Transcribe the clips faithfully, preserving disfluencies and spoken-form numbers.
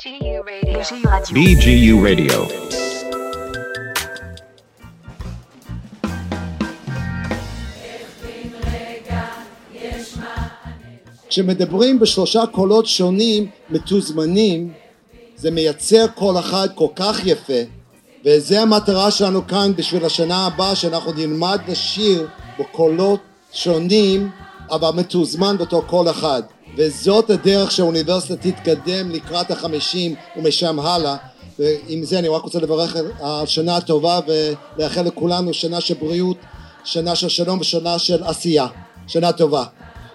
בי ג'י יו Radio. כשמדברים בשלושה קולות שונים מתוזמנים, זה מייצר קול אחד כל כך יפה, וזה המטרה שלנו כאן בשביל השנה הבאה, שאנחנו נלמד לשיר בקולות שונים אבל מתוזמן בתור קול אחד, וזאת הדרך שהאוניברסיטה תתקדם לקראת החמישים ומשם הלאה. ועם זה אני רק רוצה לברך על השנה הטובה ולאחל לכולנו שנה של בריאות, שנה של שלום ושנה של עשייה. שנה טובה.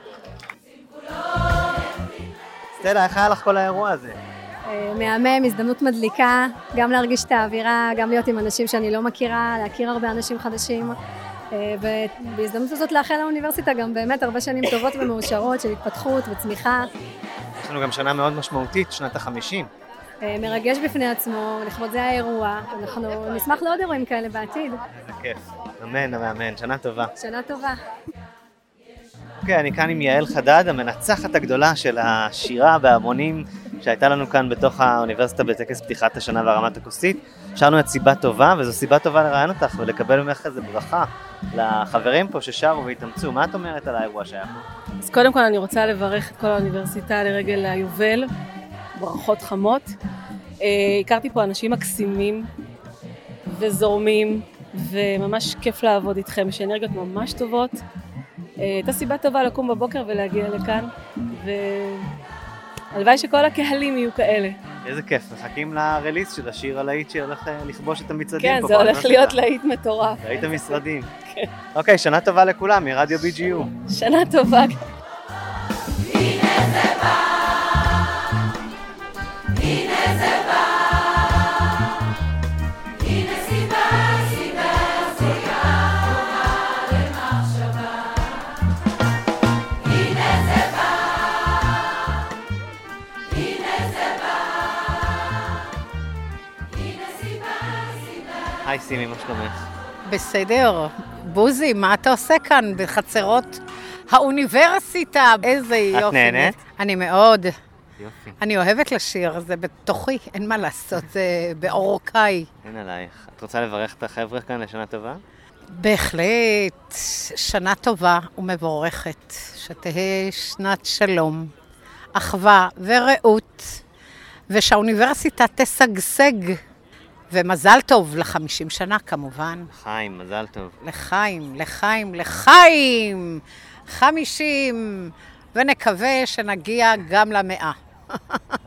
סטלה, איך היה לך כל האירוע הזה? מהמם, הזדמנות מדליקה, גם להרגיש את האווירה, גם להיות עם אנשים שאני לא מכירה, להכיר הרבה אנשים חדשים, ובהזדמנות הזאת לאחל לאוניברסיטה גם באמת הרבה שנים טובות ומאושרות של התפתחות וצמיחה. יש לנו גם שנה מאוד משמעותית, שנת החמישים. מרגש בפני עצמו, לכבוד זה האירוע, אנחנו נשמח לעוד אירועים כאלה בעתיד. איזה כיף, אמן, אמן, שנה טובה. שנה טובה. אוקיי, אני כאן עם יעל חדד, המנצחת הגדולה של השירה בהמונים שהייתה לנו כאן בתוך האוניברסיטה בטקס פתיחת השנה והרמת הכוסית. שרנו את סיבה טובה, וזו סיבה טובה לראיין אותך ולקבל ממך איזה ברכה לחברים פה ששרו והתאמצו. מה את אומרת על האירוע שהיה פה? אז קודם כל אני רוצה לברך את כל האוניברסיטה לרגל היובל, ברכות חמות. הכרתי פה אנשים מקסימים וזורמים, וממש כיף לעבוד איתכם, יש אנרגיות ממש טובות. הייתה סיבה טובה לקום בבוקר ולהגיע לכאן, והלוואי שכל הקהלים יהיו כאלה. איזה כיף, מחכים לרליס של השיר הלהיט שהולך לכבוש את המצעדים כן, פה. כן, זה הולך להיות להיט מטורף. להיט המשרדים. כן. אוקיי, שנה טובה לכולם, מרדיו בי ג'י יו. שנה טובה. היי סימי, מה שלומך? בסדר. בוזי, מה אתה עושה כאן בחצרות האוניברסיטה? איזה יופי. את נהנית? אני מאוד. יופי. אני אוהבת לשיר, זה בתוכי, אין מה לעשות, זה בעורקיי. אין עלייך. את רוצה לברך את החבר'ה כאן לשנה טובה? בהחלט, שנה טובה ומבורכת, שתהא שנת שלום, אחווה ורעות, ושהאוניברסיטה תשגשג. ומזל טוב לחמישים שנה כמובן. לחיים, מזל טוב. לחיים, לחיים, לחיים. חמישים, ונקווה שנגיע גם למאה.